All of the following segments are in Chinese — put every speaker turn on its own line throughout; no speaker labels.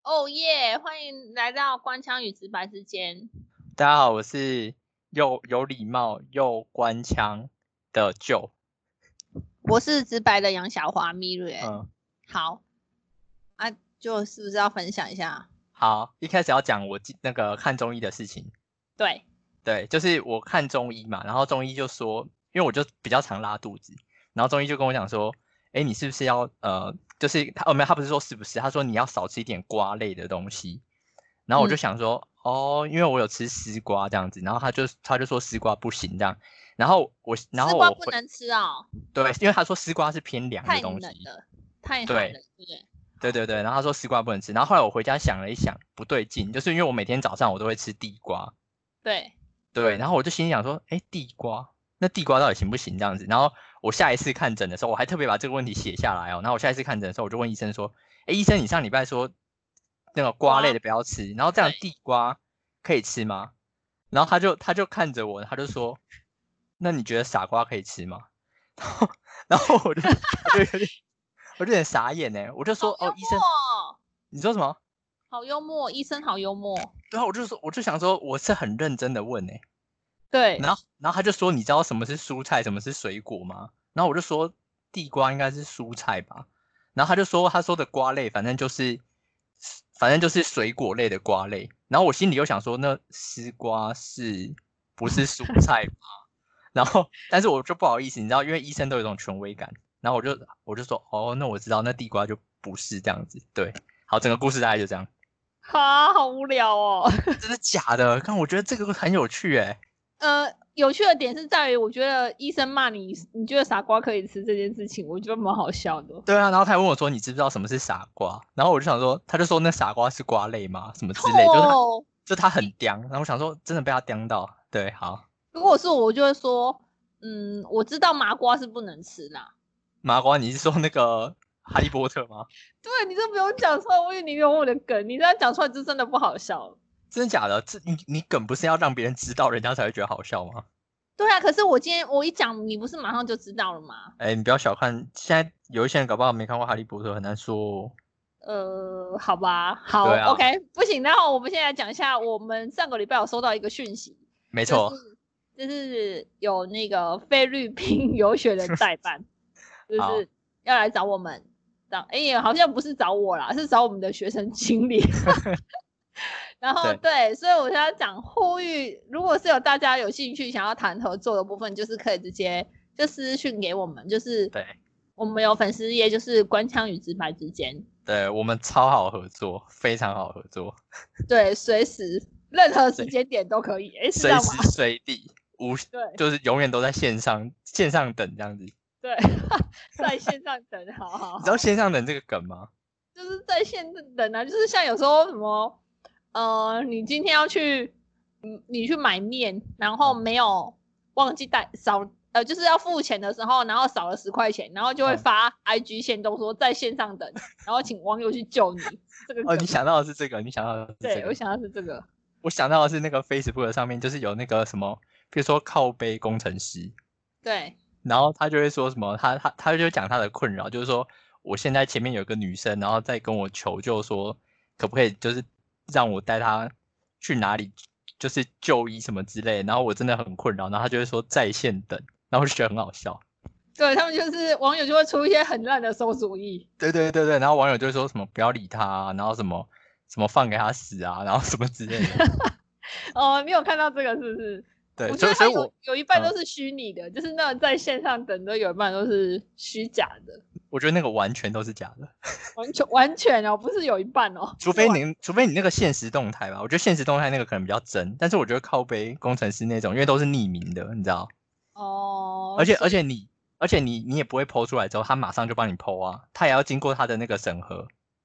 哦耶！欢迎来到官腔与直白之间。
大家好，我是又有礼貌又官腔的Joe。
我是直白的杨小华 Miriam。好，就是不是要分享一下？
好，一开始要讲我那个看中医的事情。对，就是我看中医嘛，然后中医就说，因为我就比较常拉肚子，然后中医就跟我讲说，你是不是要就是他不是说是不是，他说你要少吃一点瓜类的东西。然后我就想说，因为我有吃丝瓜这样子，然后他就说丝瓜不行这样，然后
丝瓜不能吃哦。
对，因为他说丝瓜是偏凉的东西，
太冷的，太寒了，对不对？
对，然后他说丝瓜不能吃，然后后来我回家想了一想，不对劲，就是因为我每天早上我都会吃地瓜，对，然后我就心里想说，地瓜，那地瓜到底行不行这样子？然后我下一次看诊的时候，我还特别把这个问题写下来哦，然后我下一次看诊的时候，我就问医生说，医生，你上礼拜说那个瓜类的不要吃，然后这样地瓜可以吃吗？然后他就看着我，他就说，那你觉得傻瓜可以吃吗？然后我就有点傻眼呢，我就说医生，你说什么？
好幽默，医生好幽默。
对啊，我就想说我是很认真的问呢。
对，
然后他就说你知道什么是蔬菜，什么是水果吗？然后我就说地瓜应该是蔬菜吧。然后他就说他说的瓜类反正就是水果类的瓜类。然后我心里又想说那丝瓜不是蔬菜吗？然后但是我就不好意思，你知道，因为医生都有一种权威感。然后我就说那我知道那地瓜就不是这样子。对，好，整个故事大概就这样。
好无聊哦。
真的假的？看我觉得这个很有趣
有趣的点是在于，我觉得医生骂你，你觉得傻瓜可以吃这件事情，我觉得蛮好笑的。
对啊，然后他还问我说：“你知不知道什么是傻瓜？”然后我就想说，他就说那傻瓜是瓜类吗？什么之类，就他很刁。然后我想说，真的被他刁到。对，好。
如果是我就会说，我知道麻瓜是不能吃啦。
麻瓜，你是说那个哈利波特吗？
对，你就不用讲出来，我以为你有我的梗，你这样讲出来就真的不好笑了。
真的假的？你梗不是要让别人知道，人家才会觉得好笑吗？
对啊，可是我今天我一讲，你不是马上就知道了吗？
你不要小看，现在有一些人搞不好没看过哈利波特，很难说
好吧，好，OK，不行。然后我们现在讲一下，我们上个礼拜有收到一个讯息，
没错，
就是有那个菲律宾游学的代办，就是要来找我们，好像不是找我啦，是找我们的学生经理。然后对，所以我现在讲呼吁，如果是有大家有兴趣想要谈合作的部分，就是可以直接就私讯给我们，就是
对，
我们有粉丝页，就是官腔与直白之间，
对我们超好合作，非常好合作，
对，随时任何时间点都可以，
随时随地
对，
就是永远都在线上等这样子。
对，在线上等，好。
你知道线上等这个梗吗？
就是在线等啊，就是像有时候什么，你今天要去，你去买面，然后没有忘记就是要付钱的时候，然后少了10块钱，然后就会发 IG 限动说在线上等，然后请网友去救你。这个
你想到的是这个，
对，我想到的是这个。
我想到的是那个 Facebook 上面就是有那个什么，比如说靠背工程师，
对，
然后他就会说什么，他就讲他的困扰，就是说我现在前面有个女生，然后在跟我求救说，可不可以就是让我带她去哪里，就是就医什么之类的，然后我真的很困扰，然后他就会说在线等，然后我就觉得很好笑。
对，他们就是网友就会出一些很烂的馊主意。
对，然后网友就会说什么不要理他，然后什么放给他死啊，然后什么之类的。
你有看到这个是不是？
对，
我觉得他有一半都是虚拟的，就是那在线上等的有一半都是虚假的。
我觉得那个完全都是假的，
完全哦，不是有一半哦。
除非你那个限时动态吧，我觉得限时动态那个可能比较真，但是我觉得靠背工程师那种，因为都是匿名的，你知道？而且你也不会 po 出来之后，他马上就帮你 po 啊，他也要经过他的那个审核。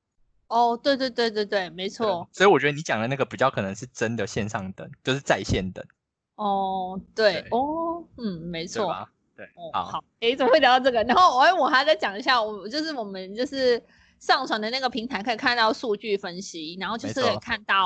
对，没错。
所以我觉得你讲的那个比较可能是真的线上等，就是在线等。
对，没错。
对，
好，怎么会聊到这个？然后我还在讲一下，我们就是上传的那个平台可以看到数据分析，然后就是可以看到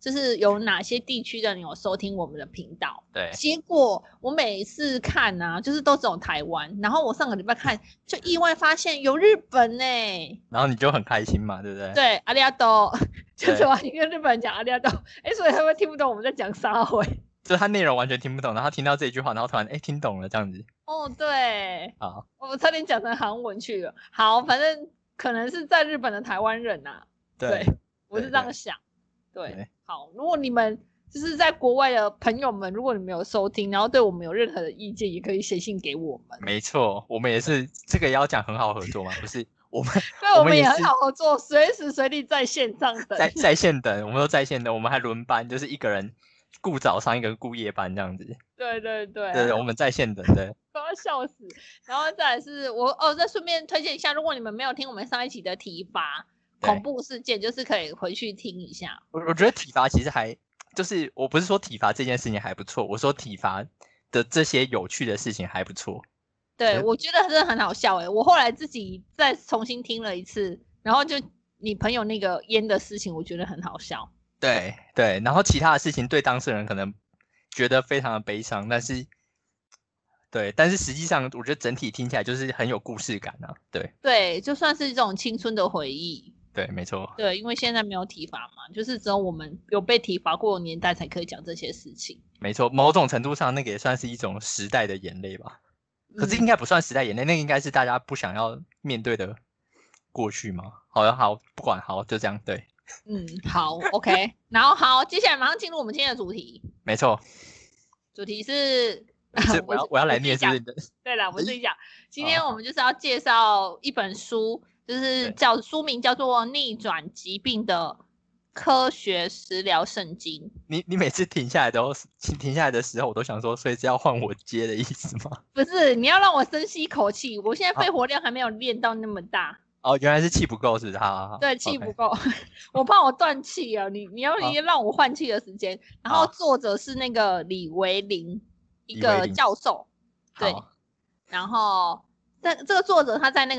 就是有哪些地区的人有收听我们的频道。
对，
结果我每次看啊，就是都只有台湾，然后我上个礼拜看，就意外发现有日本欸，
然后你就很开心嘛，对不对？
对，阿里阿多，就是我一个日本人讲阿里阿多，所以他们听不懂我们在讲啥回。
就他内容完全听不懂，然后听到这一句话，然后突然听懂了这样子。
哦，对，
好，
我差点讲成韩文去了。好，反正可能是在日本的台湾人啊。对，我是这样想。对，好，如果你们就是在国外的朋友们，如果你们有收听，然后对我们有任何的意见，也可以写信给我们。
没错，我们也是这个也要讲很好合作嘛，不是我们，
对，我们也很好合作，随时随地在线上等，
在线等，我们都在线等，我们还轮班，就是一个人顾早上，一个人顾夜班这样子。
对，
我们在线等，对。
都要笑死。然后再来是再顺便推荐一下，如果你们没有听我们上一期的体罚恐怖事件，就是可以回去听一下。
我觉得体罚其实还就是我不是说体罚这件事情还不错，我说体罚的这些有趣的事情还不错。
对，我觉得真的很好笑我后来自己再重新听了一次，然后就你朋友那个烟的事情，我觉得很好笑。
对，然后其他的事情对当事人可能觉得非常的悲伤，但是实际上我觉得整体听起来就是很有故事感啊。对，
就算是一种青春的回忆。
对，没错。
对，因为现在没有体罚嘛，就是只有我们有被体罚过的年代才可以讲这些事情。
没错，某种程度上那个也算是一种时代的眼泪吧。可是应该不算时代眼泪，那个应该是大家不想要面对的过去吗？好，不管，好，就这样。对，
好，OK。然后好，接下来马上进入我们今天的主题。
没错，
主题是
我要来念是不是？
对了，我自己讲。今天我们就是要介绍一本书，就是书名叫做《逆转疾病的科学食疗圣经》。
你每次停下来的时候，我都想说，所以是要换我接的意思吗？
不是，你要让我深吸一口气。我现在肺活量还没有练到那么大。
原来是气不够，是不是？好，
对，气不够，我怕我断气啊！你要让我换气的时间。然后作者是那个李维林，一个教授。对，然后这个作者他在那个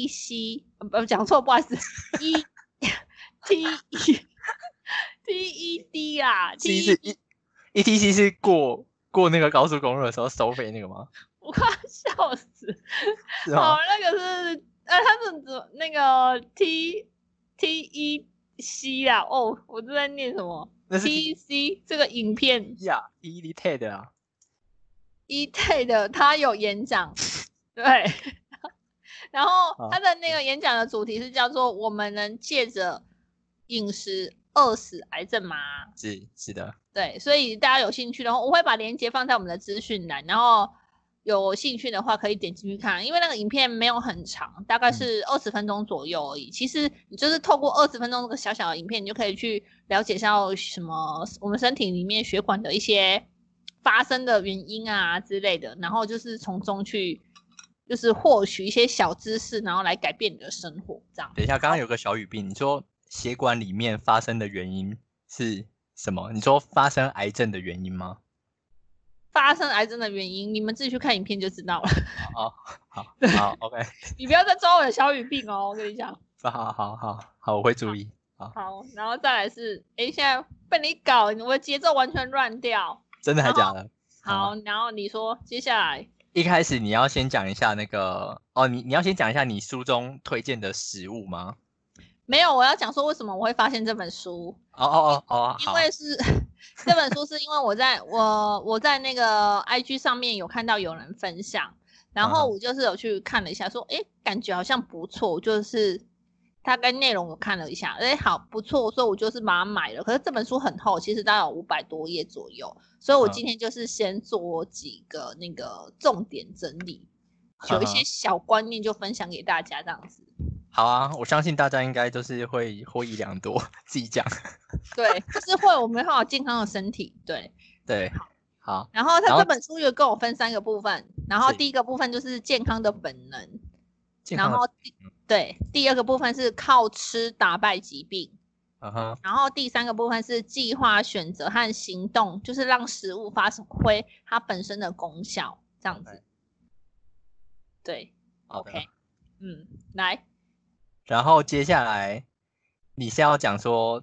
ETC 讲错，不好意思，TED 啊
，ETC 是过那个高速公路的时候收费那个吗？
我快笑死！好，那个是。他是那个 TEC 啦，我正在念什么 TEC 这个影片
呀，ETED 啊
，ETED 他有演讲，对，然后他的那个演讲的主题是叫做我们能借着饮食饿死癌症吗？
是的，
对，所以大家有兴趣的话，我会把链接放在我们的资讯栏，然后有兴趣的话可以点进去看，因为那个影片没有很长，大概是20分钟左右而已。其实你就是透过20分钟这个小小的影片，你就可以去了解到什么我们身体里面血管的一些发生的原因啊之类的，然后就是从中去就是获取一些小知识，然后来改变你的生活。这样。
等一下，刚刚有个小语病，你说血管里面发生的原因是什么？你说发生癌症的原因吗？
发生癌症的原因，你们自己去看影片就知道了。
好 ，OK。
你不要再抓我的小语病哦，我跟你讲。
好，我会注意。
好，然后再来是，现在被你搞，我的节奏完全乱掉。
真的还假的？
好，然后你说接下来。
一开始你要先讲一下那个你要先讲一下你书中推荐的食物吗？
没有，我要讲说为什么我会发现这本书。因为是这本书是因为我在那个 IG 上面有看到有人分享，然后我就是有去看了一下，说感觉好像不错，就是大概内容我看了一下，好不错，所以我就是把它买了。可是这本书很厚，其实大概有500多页左右，所以我今天就是先做几个那个重点整理，有一些小观念就分享给大家这样子。
好啊，我相信大家应该都是会获益良多，自己讲。
对，就是会我们好健康的身体。
对，好。
然后他这本书有跟我分3个部分，然后第一个部分就是健康的本能，然后第二个部分是靠吃打败疾病，然后第3个部分是计划、选择和行动，就是让食物发挥它本身的功效，这样子。对 ，OK， 来。
然后接下来你是要讲说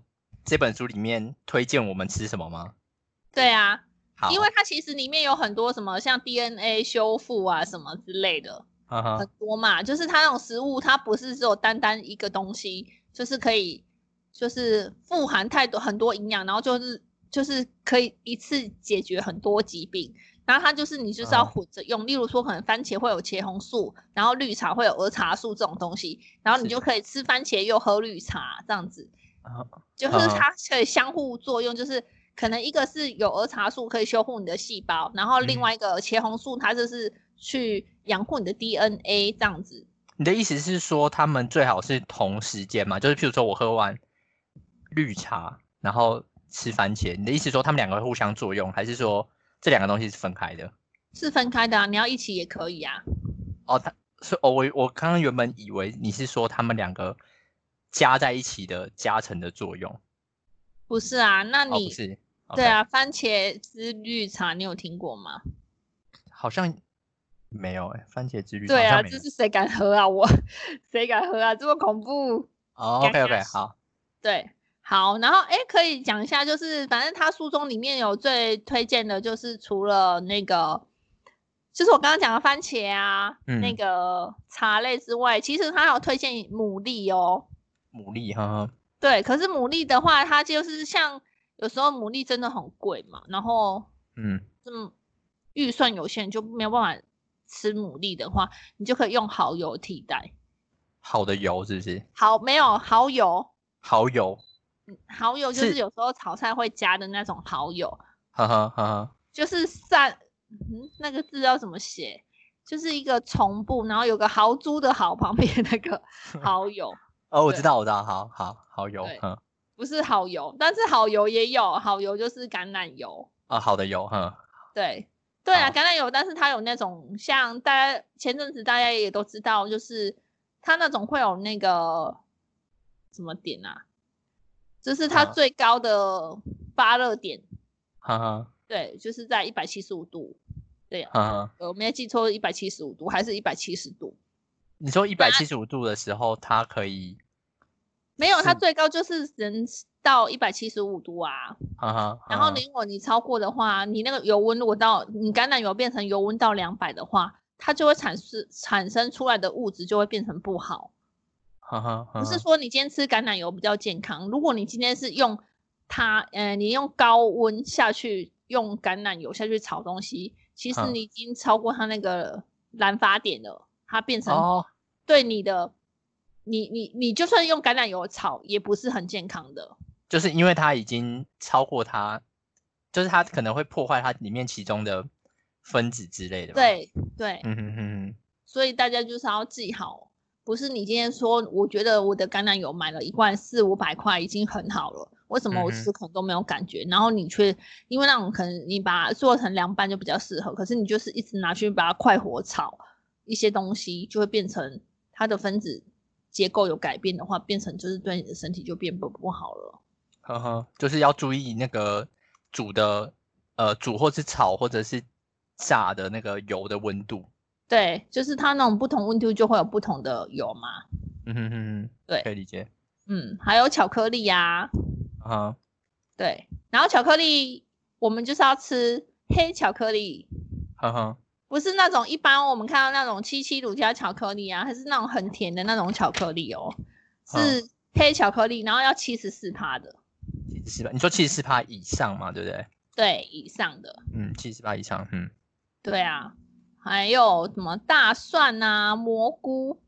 这本书里面推荐我们吃什么吗？
对啊，因为它其实里面有很多什么像 DNA 修复啊什么之类的，很多嘛。就是它那种食物，它不是只有单单一个东西，就是可以就是富含很多营养，然后就是可以一次解决很多疾病。然后它就是你就是要混着用，例如说可能番茄会有茄红素，然后绿茶会有儿茶素这种东西，然后你就可以吃番茄又喝绿茶这样子，就是它可以相互作用，就是可能一个是有儿茶素可以修复你的细胞，然后另外一个茄红素它就是去养护你的 DNA 这样子。
你的意思是说他们最好是同时间嘛？就是譬如说我喝完绿茶，然后吃番茄，你的意思是说他们两个会互相作用，还是说这两个东西是分开的？
是分开的啊，你要一起也可以啊。
我刚刚原本以为你是说他们两个加在一起的加成的作用。
不是啊，那你
不是
对啊，番茄汁绿茶你有听过吗？
好像没有番茄汁绿茶。
对啊，这是谁敢喝啊？谁敢喝啊？这么恐怖。
OK 好。
对。好，然后可以讲一下，就是反正他书中里面有最推荐的，就是除了那个，就是我刚刚讲的番茄啊，那个茶类之外，其实他有推荐牡蛎哦。
牡蛎哈。
对，可是牡蛎的话，它就是像有时候牡蛎真的很贵嘛，然后预算有限就没有办法吃牡蛎的话，你就可以用蚝油替代。
好的油是不是？
没有蚝油。
蚝油。
蚝油就是有时候炒菜会加的那种蚝油，就是那个字要怎么写？就是一个虫部，然后有个豪猪的豪旁边那个蚝油。
我知道，蚝油。
不是蚝油，但是蚝油也有，蚝油就是橄榄油。
好的油，
对啊，橄榄油，但是它有那种像前阵子大家也都知道，就是它那种会有那个什么点啊？就是它最高的发热点，对，就是在175度，对，我没记错，175度还是170度？
你说175度的时候，它可以？
没有，它最高就是能到175度啊。然后如果你超过的话，你那个油温如果你橄榄油变成油温到200的话，它就会产生出来的物质就会变成不好。不是说你今天吃橄榄油比较健康，如果你今天是用你用高温下去用橄榄油下去炒东西，其实你已经超过它那个燃发点了，它变成对你的你就算用橄榄油炒也不是很健康的，
就是因为它已经超过它，就是它可能会破坏它里面其中的分子之类的。
对，所以大家就是要记好。不是你今天说，我觉得我的橄榄油买了1罐400-500块已经很好了，为什么我吃可能都没有感觉？然后你却因为那种可能你把它做成凉拌就比较适合，可是你就是一直拿去把它快火炒一些东西，就会变成它的分子结构有改变的话，变成就是对你的身体就变不好了。
就是要注意那个煮或是炒或者是炸的那个油的温度。
对，就是它那种不同温度就会有不同的油嘛。对，
可以理解。
还有巧克力啊。对，然后巧克力我们就是要吃黑巧克力。不是那种一般我们看到那种7乳加巧克力啊，还是那种很甜的那种巧克力哦，是黑巧克力，然后要74%的。
74%，你说74%以上嘛，对不对？
对，以上的。
74%以上。
对啊。还有什么大蒜啊、蘑菇，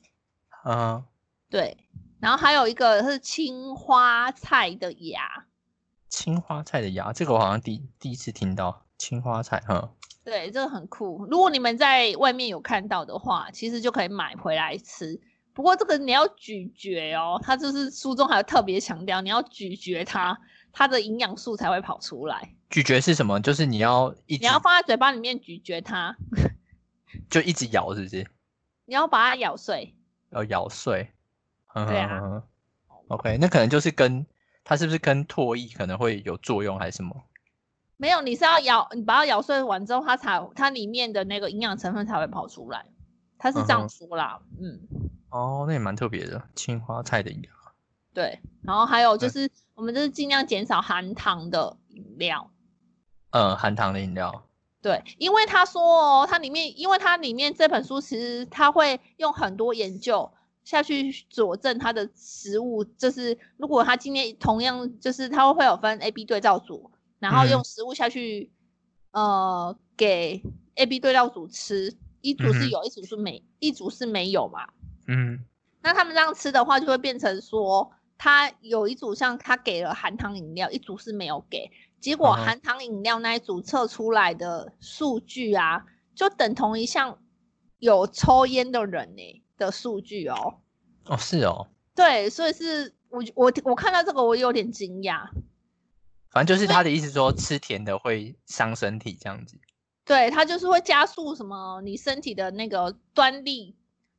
对，然后还有一个是青花菜的芽。
青花菜的芽，这个我好像第一次听到青花菜。
对，这个很酷。如果你们在外面有看到的话，其实就可以买回来吃。不过这个你要咀嚼哦，它就是书中还有特别强调，你要咀嚼它的营养素才会跑出来。
咀嚼是什么？就是你要
放在嘴巴里面咀嚼它，
就一直咬，是不是？
你要把它咬碎。
要咬碎。
对啊。
OK， 那可能就是它是不是跟唾液可能会有作用还是什么？
没有，你把它咬碎完之后，它里面的那个营养成分才会跑出来。它是这样说啦。
那也蛮特别的，青花菜的芽。
对，然后还有就是我们就是尽量减少含糖的饮料。
含糖的饮料。
对，因为他说它里面这本书其实他会用很多研究下去佐证它的食物，就是如果他今天同样就是他会有分 A、B 对照组，然后用食物下去给 A、B 对照组吃，一组是有，一组是没有嘛。那他们这样吃的话，就会变成说，他有一组像他给了含糖饮料，一组是没有给，结果含糖饮料那一组测出来的数据啊，就等同于像有抽烟的人的数据哦。
哦，是哦。
对，所以是我看到这个我有点惊讶。
反正就是他的意思说，吃甜的会伤身体这样子。
对，它就是会加速什么你身体的那个端粒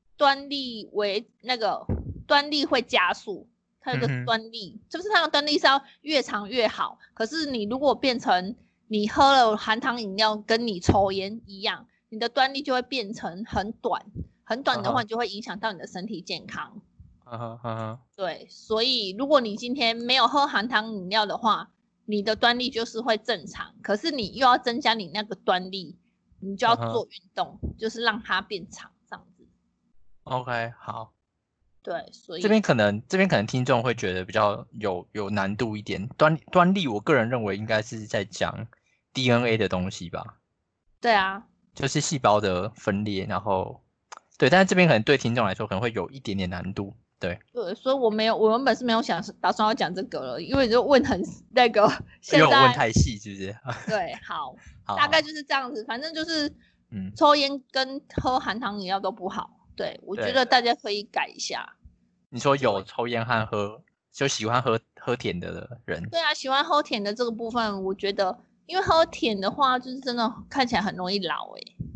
会加速，它有个端粒，就是它的端粒是要越长越好。可是你如果变成你喝了含糖饮料，跟你抽烟一样，你的端粒就会变成很短，很短的话，就会影响到你的身体健康。对，所以如果你今天没有喝含糖饮料的话，你的端粒就是会正常，可是你又要增加你那个端粒，你就要做运动，就是让它变长这样子。
OK， 好。
对，所以
这边可能听众会觉得比较有难度一点。端粒，我个人认为应该是在讲 DNA 的东西吧。
对啊，
就是细胞的分裂，然后对，但是这边可能对听众来说可能会有一点点难度。对，
所以我原本是没有打算要讲这个了，因为你就问很那个，现在
因为我问太细，是不是？
对，好，大概就是这样子，反正就是抽烟跟喝含糖饮料都不好。对，我觉得大家可以改一下。
你说有抽烟和就喜欢喝甜的人？
对啊，喜欢喝甜的这个部分，我觉得因为喝甜的话，就是真的看起来很容易老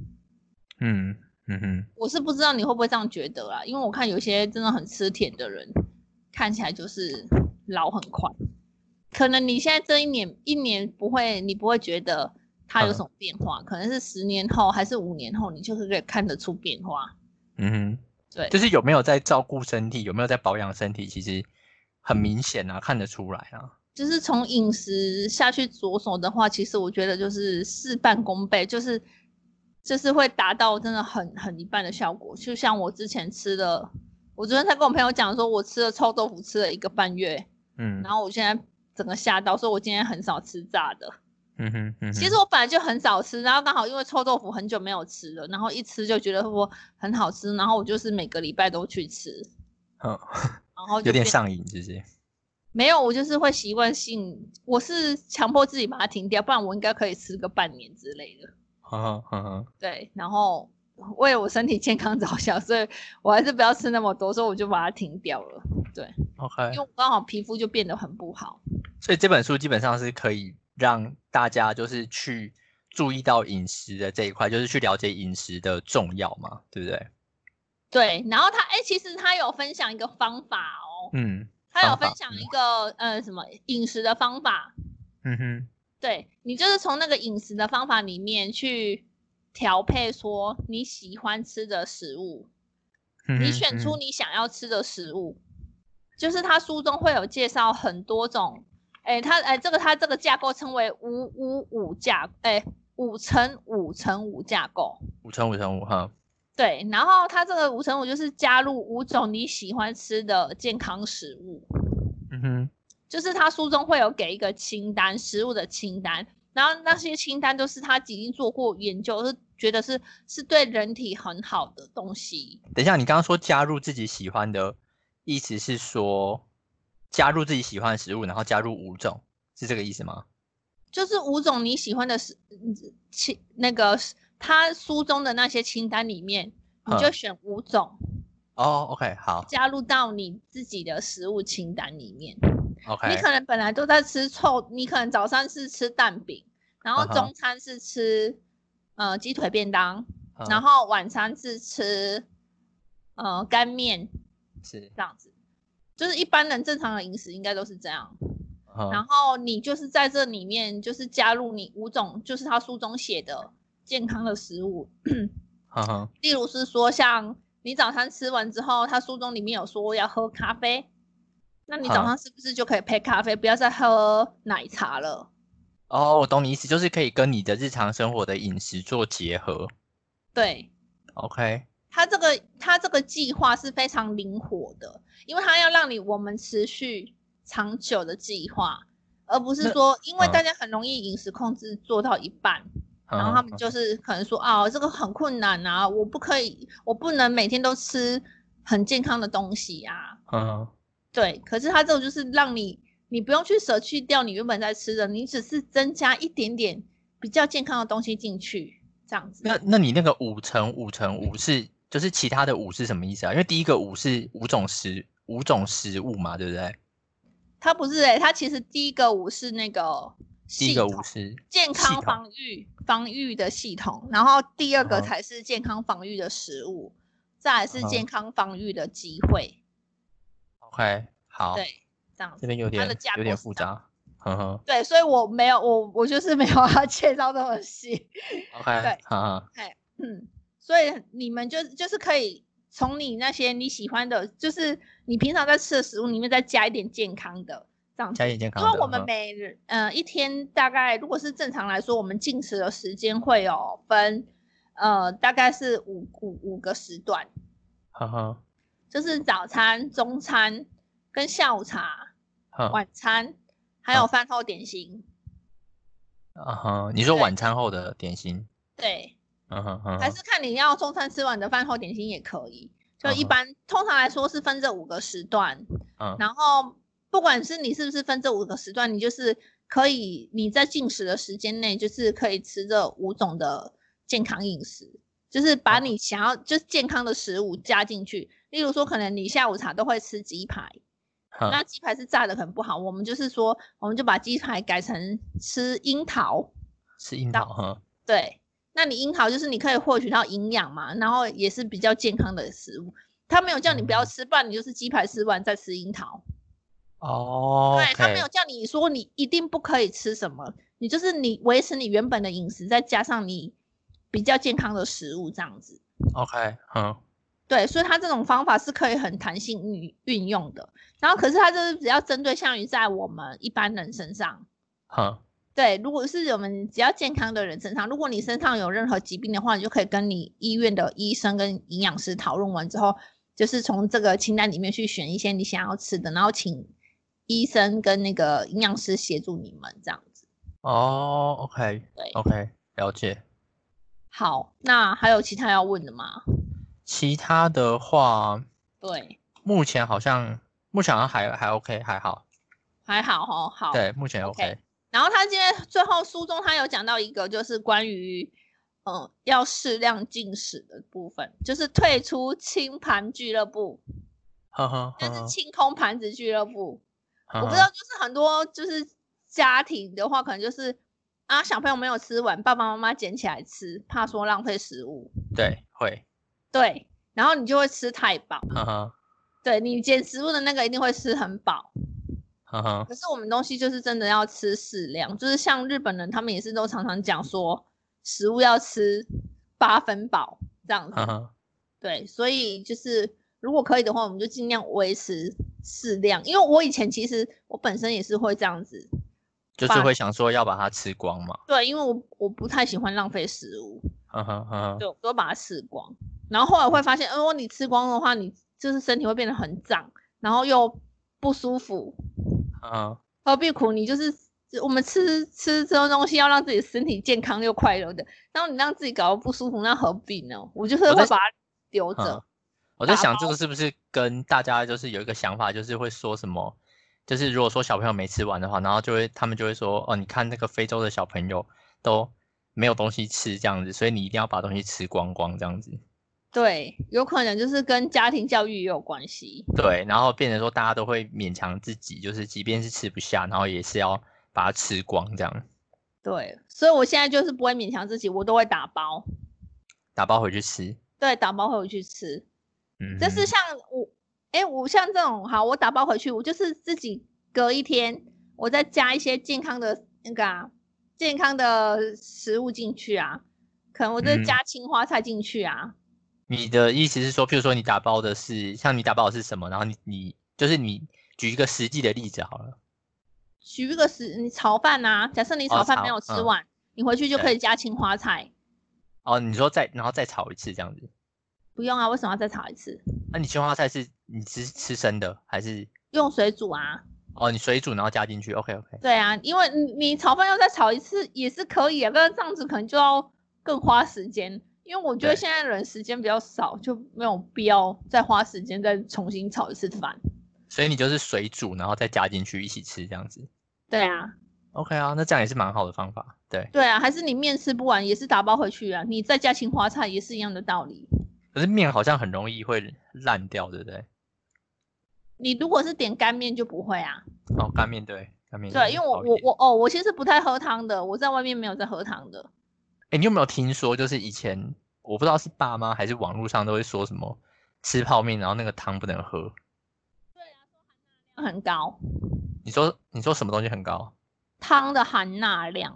我是不知道你会不会这样觉得啦，因为我看有些真的很吃甜的人，看起来就是老很快。可能你现在这一年你不会觉得它有什么变化，可能是10年后还是5年后，你就是可以看得出变化。对，
就是有没有在照顾身体，有没有在保养身体，其实很明显啊，看得出来啊。
就是从饮食下去着手的话，其实我觉得就是事半功倍，就是会达到真的很一半的效果。就像我之前我昨天才跟我朋友讲说，我吃了臭豆腐吃了1个半月，然后我现在整个吓到，所以我今天很少吃炸的。其实我本来就很少吃，然后刚好因为臭豆腐很久没有吃了，然后一吃就觉得说很好吃，然后我就是每个礼拜都去吃，然后
有点上瘾，是不是？
没有，我就是会习惯性，我是强迫自己把它停掉，不然我应该可以吃个半年之类的。对，然后为了我身体健康着想，所以我还是不要吃那么多，所以我就把它停掉了。对
，OK，
因为我刚好皮肤就变得很不好。
所以这本书基本上是可以让大家就是去注意到饮食的这一块，就是去了解饮食的重要嘛，对不对？
对，然后其实他有分享一个方法哦，他有分享一个什么饮食的方法，对，你就是从那个饮食的方法里面去调配说你喜欢吃的食物，你选出你想要吃的食物，就是他书中会有介绍很多种，他这个架构称为5×5架，5×5×5架构
，5×5×5哈。
对，然后它这个5×5就是加入5种你喜欢吃的健康食物。就是他书中会有给一个清单，食物的清单，然后那些清单都是他已经做过研究，是觉得是对人体很好的东西。
等一下，你刚刚说加入自己喜欢的，意思是说加入自己喜欢的食物，然后加入5种，是这个意思吗？
就是5种你喜欢的那个他书中的那些清单里面，你就选5种。
OK， 好，
加入到你自己的食物清单里面。
OK，
你可能本来都在吃你可能早上是吃蛋饼，然后中餐是吃鸡腿便当，然后晚餐是吃干面，
是
这样子，就是一般人正常的饮食应该都是这样。然后你就是在这里面就是加入你5种，就是他书中写的健康的食物。例如是说像你早餐吃完之后，他书中里面有说要喝咖啡， 那你早上是不是就可以配咖啡，不要再喝奶茶了？
哦，我懂你意思，就是可以跟你的日常生活的饮食做结合。
对
，OK。
它这个计划是非常灵活的，因为它要让我们持续长久的计划，而不是说因为大家很容易饮食控制做到一半，然后他们就是可能说这个很困难啊，我不能每天都吃很健康的东西啊。对，可是它这个就是让你不用去舍弃掉你原本在吃的，你只是增加一点点比较健康的东西进去，这样子。
那你那个5乘5乘5是就是其他的5是什么意思啊？因为第一个5是5种食物嘛，对不对？
它不是它其实第一个5是那个
第一个5是
健康防御的系统，然后第二个才是健康防御的食物，再来是健康防御的机会。
OK， 好，
对，这样子，
这边有点复杂，
对，所以我就是没有要介绍那么细。
OK，
对，所以你们就是可以从你那些你喜欢的，就是你平常在吃的食物里面再加一点健康的，这样子。
加一点健康的，
因为我们一天大概如果是正常来说，我们进食的时间会有分大概是五个时段。就是早餐、中餐跟下午茶、晚餐，还有饭后点心。
你说晚餐后的点心？
对。还是看你要中餐吃完的饭后点心也可以。就一般通常来说是分这5个时段。然后不管是你是不是分这5个时段，你就是可以你在进食的时间内，就是可以吃这5种的健康饮食，就是把你想要就是健康的食物加进去。例如说，可能你下午茶都会吃鸡排，那鸡排是炸的很不好，我们就是说，我们就把鸡排改成吃樱桃。
吃樱桃，
对，那你樱桃就是你可以获取到营养嘛，然后也是比较健康的食物。他没有叫你不要吃，不然你就是鸡排吃完再吃樱桃。对，他没有叫你说你一定不可以吃什么，你就是你维持你原本的饮食，再加上你比较健康的食物这样子。
OK，
对，所以它这种方法是可以很弹性运用的。然后，可是它就是只要针对像于在我们一般人身上。对，如果是我们只要健康的人身上，如果你身上有任何疾病的话，你就可以跟你医院的医生跟营养师讨论完之后，就是从这个清单里面去选一些你想要吃的，然后请医生跟那个营养师协助你们这样子。
OK，
对
，OK， 了解。
好，那还有其他要问的吗？
其他的话，
对，
目前好像还 OK， 还好
好。
对，目前 OK。
然后他今天最后书中他有讲到一个，就是关于要适量进食的部分，就是退出清盘俱乐部，就是清空盘子俱乐部。我不知道，就是很多就是家庭的话，可能就是小朋友没有吃完，爸爸妈妈捡起来吃，怕说浪费食物。
对，会。
对，然后你就会吃太饱。对，你捡食物的那个一定会吃很饱。可是我们东西就是真的要吃适量，就是像日本人他们也是都常常讲说食物要吃8分饱这样子。对，所以就是如果可以的话，我们就尽量维持适量。因为我以前其实我本身也是会这样子，
就是会想说要把它吃光嘛。
对，因为我不太喜欢浪费食物。对，我都把它吃光。然后后来会发现，如果你吃光的话，你就是身体会变得很胀，然后又不舒服。何必苦？你就是我们吃这种东西，要让自己身体健康又快乐的。然后你让自己搞得不舒服，那何必呢？我就是会把它留着。
我在想，这个是不是跟大家就是有一个想法，就是会说什么？就是如果说小朋友没吃完的话，然后他们就会说，你看那个非洲的小朋友都没有东西吃这样子，所以你一定要把东西吃光光这样子。
对，有可能就是跟家庭教育也有关系。
对，然后变成说大家都会勉强自己，就是即便是吃不下，然后也是要把它吃光这样。
对，所以我现在就是不会勉强自己，我都会打包
回去吃。
对，打包回去吃。就是像我像这种我打包回去，我就是自己隔一天，我再加一些健康的健康的食物进去啊，可能我再加青花菜进去啊。你
的意思是说，譬如说你打包的是什么，然后你举一个实际的例子好了。
举一个你炒饭啊，假设你炒饭没有吃完，你回去就可以加青花菜。
你说然后再炒一次这样子？
不用啊，为什么要再炒一次？
那你青花菜是你吃生的还是
用水煮啊？
你水煮然后加进去 ，OK。
对啊，因为你炒饭要再炒一次也是可以啊，但是这样子可能就要更花时间。因为我觉得现在人时间比较少，就没有必要再花时间再重新炒一次饭。
所以你就是水煮然后再加进去一起吃这样子？
对啊。
OK 啊，那这样也是蛮好的方法。对
啊，还是你面吃不完也是打包回去啊，你再加青花菜也是一样的道理。
可是面好像很容易会烂掉，对不对？
你如果是点干面就不会啊。
干面对，干面
对，因为我其实不太喝汤的，我在外面没有在喝汤的。
你有没有听说，就是以前我不知道是爸妈还是网络上都会说什么吃泡面然后那个汤不能喝？
对啊，说含钠量很高。
你说什么东西很高？
汤的含钠量。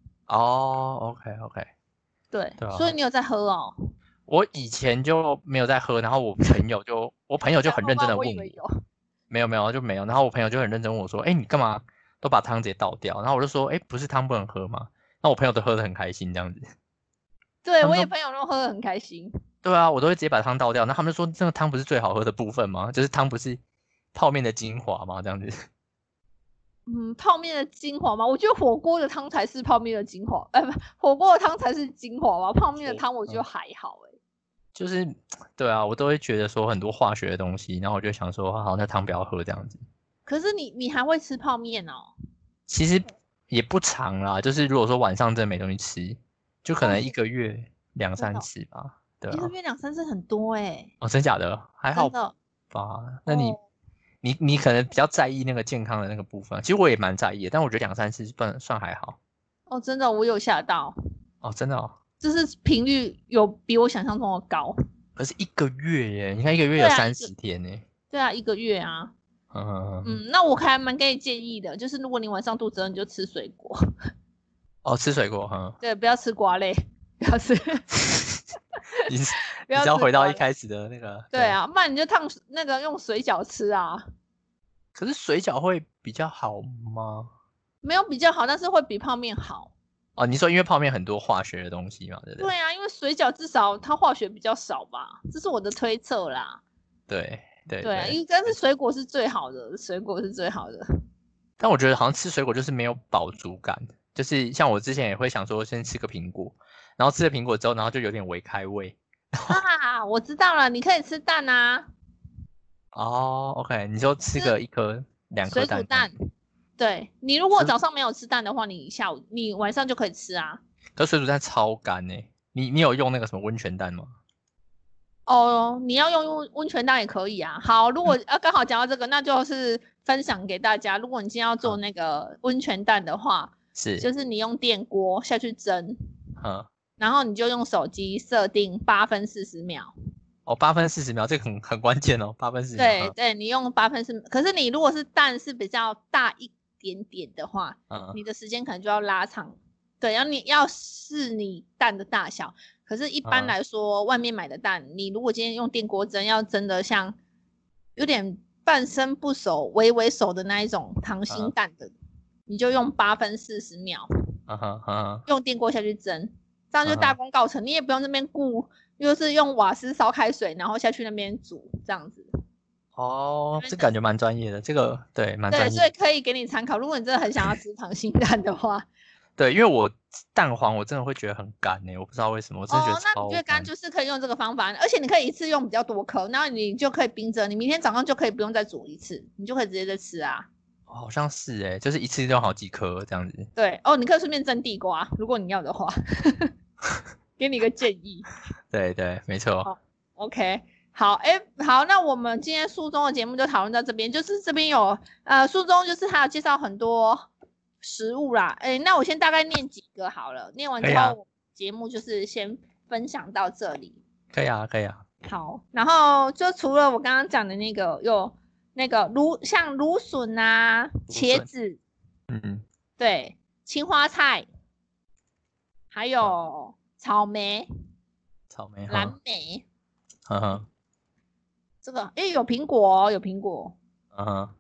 OK。
对，所以你有在喝哦？
我以前就没有在喝，然后我朋友就很认真的问我，没有就没有，然后我朋友就很认真问我说，你干嘛都把汤直接倒掉？然后我就说，不是汤不能喝吗？那我朋友都喝得很开心这样子。
对，我也朋友都喝得很开心。
对啊，我都会直接把汤倒掉，那他们说这个汤不是最好喝的部分吗？就是汤不是泡面的精华吗？这样子。
泡面的精华吗？我觉得火锅的汤才是泡面的精华，不，火锅的汤才是精华吧。泡面的汤我觉得还好
就是对啊，我都会觉得说很多化学的东西，然后我就想说，好，那汤不要喝这样子。
可是你还会吃泡面哦？
其实也不长啦，就是如果说晚上真的没东西吃，就可能1个月2-3次吧。对啊，1
个月2-3次很多
真假的？还好吧？那你可能比较在意那个健康的那个部分，其实我也蛮在意的，但我觉得2-3次算还好。
真的，我有吓到。
真的
就是频率有比我想象中的高。
可是1个月耶，你看1个月有30天呢。
对啊，1个月啊。那我还蛮给你建议的，就是如果你晚上肚子饿，你就吃水果。
吃水果
对，不要吃瓜类，不要吃。
你只要回到一开始的那个。
对啊，不然你就用水饺吃啊。
可是水饺会比较好吗？
没有比较好，但是会比泡面好。
你说因为泡面很多化学的东西嘛，对不对？
对啊，因为水饺至少它化学比较少吧，这是我的推测啦。
对，
应该是水果是最好的，水果是最好的。
但我觉得好像吃水果就是没有饱足感，就是像我之前也会想说先吃个苹果，然后吃了苹果之后，然后就有点微开胃。
我知道了，你可以吃蛋啊。
OK， 你说吃个1颗2颗
水煮蛋。对，你如果早上没有吃蛋的话，你晚上就可以吃啊。
可是水煮蛋超干你有用那个什么温泉蛋吗？
你要用温泉蛋也可以啊。好，如果刚好讲到这个，那就是分享给大家。如果你今天要做那个温泉蛋的话，就是你用电锅下去蒸，然后你就用手机设定8分40秒。
8分40秒，这个很关键8分40
秒。对，你用8分40秒。可是你如果是蛋是比较大一点点的话，你的时间可能就要拉长。对，然后你要试你蛋的大小。可是一般来说，外面买的蛋，你如果今天用电锅蒸，要蒸的像有点半生不熟、微微熟的那一种溏心蛋的，你就用8分40秒，用电锅下去蒸，这样就大功告成。你也不用那边顾，就是用瓦斯烧开水，然后下去那边煮这样子。
这感觉蛮专业的，这个对蛮专业的。
对，所以可以给你参考。如果你真的很想要吃溏心蛋的话。
对，因为我蛋黄我真的会觉得很干我不知道为什么，我真的觉得超干。
那你觉得干就是可以用这个方法，而且你可以一次用比较多颗，然后你就可以冰着，你明天早上就可以不用再煮一次，你就可以直接再吃啊。
好像是就是一次用好几颗这样子。
对你可以顺便蒸地瓜，如果你要的话。给你一个建议。
对，没错。
OK， 好，好，那我们今天书中的节目就讨论到这边，就是这边有书中就是还有介绍很多食物啦。那我先大概念几个好了，念完之后节目就是先分享到这里。
可以啊。
好，然后就除了我刚刚讲的那个，有那个像芦笋啊、茄子，对，青花菜，还有草莓、蓝莓，这个有苹果，有苹果，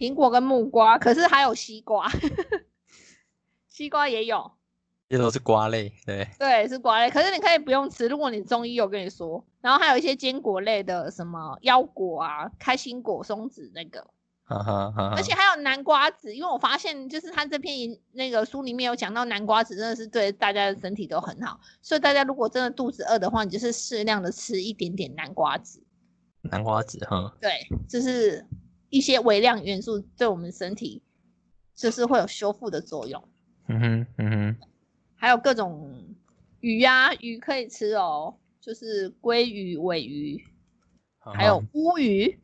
苹果跟木瓜，可是还有西瓜，西瓜也有，
这都是瓜类，
对，是瓜类。可是你可以不用吃，如果你中医有跟你说。然后还有一些坚果类的，什么腰果啊、开心果、松子那个，而且还有南瓜子，因为我发现就是他这篇那个书里面有讲到南瓜子真的是对大家的身体都很好，所以大家如果真的肚子饿的话，你就是适量的吃一点点南瓜子。
南瓜子，
对，就是一些微量元素对我们身体就是会有修复的作用。还有各种鱼啊，鱼可以吃哦，就是鲑鱼、尾鱼，还有乌鱼。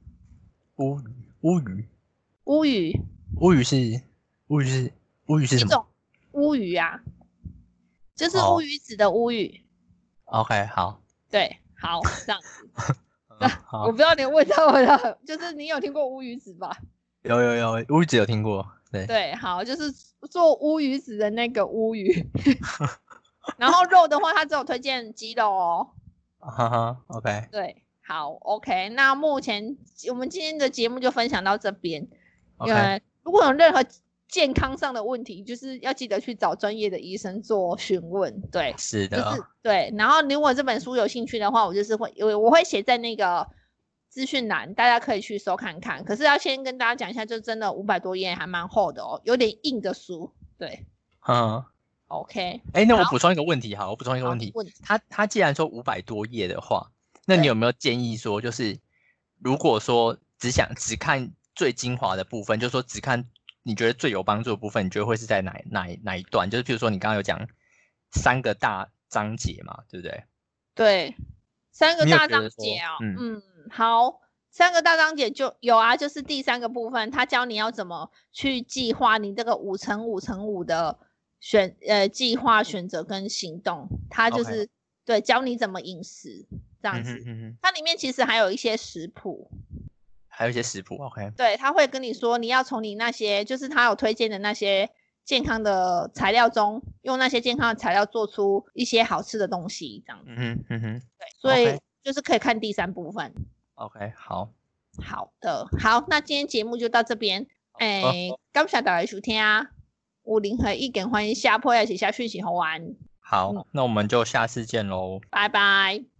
乌鱼是什么？一种乌鱼啊，就是乌鱼子的乌鱼。
OK， 好。
对，好，这样子。我不知道你问到我的，就是你有听过乌鱼子吧？
有，乌鱼子有听过。
对，好，就是做乌鱼子的那个乌鱼。然后肉的话，它只有推荐鸡肉哦。
OK。
对，好 ，OK。那目前我们今天的节目就分享到这边。
OK。
如果有任何健康上的问题，就是要记得去找专业的医生做询问。对，
是的，
就是对。然后如果这本书有兴趣的话，我会写在那个资讯栏，大家可以去收看看。可是要先跟大家讲一下，就真的500多页，还蛮厚的哦，有点硬的书。对，OK。
那我补充一个问题，好，我补充一个问题。他既然说500多页的话，那你有没有建议说，就是如果说只看最精华的部分，就是说只看你觉得最有帮助的部分，你觉得会是在哪一段？就是譬如说你刚刚有讲3个大章节嘛，对不对？
对，3个大章节哦。好，3个大章节就有啊，就是第3个部分，他教你要怎么去计划你这个5×5×5的计划、选择跟行动。他就是对教你怎么饮食这样子。它里面其实还有一些食谱。
OK。
对，他会跟你说，你要从你那些，就是他有推荐的那些健康的材料中，用那些健康的材料做出一些好吃的东西，这样子。对，所以就是可以看第3部分。
OK， 好
的，好，那今天节目就到这边。感谢大家收听啊，有任何意见欢迎下播，一起下讯息好玩。
好，那我们就下次见喽，
拜拜。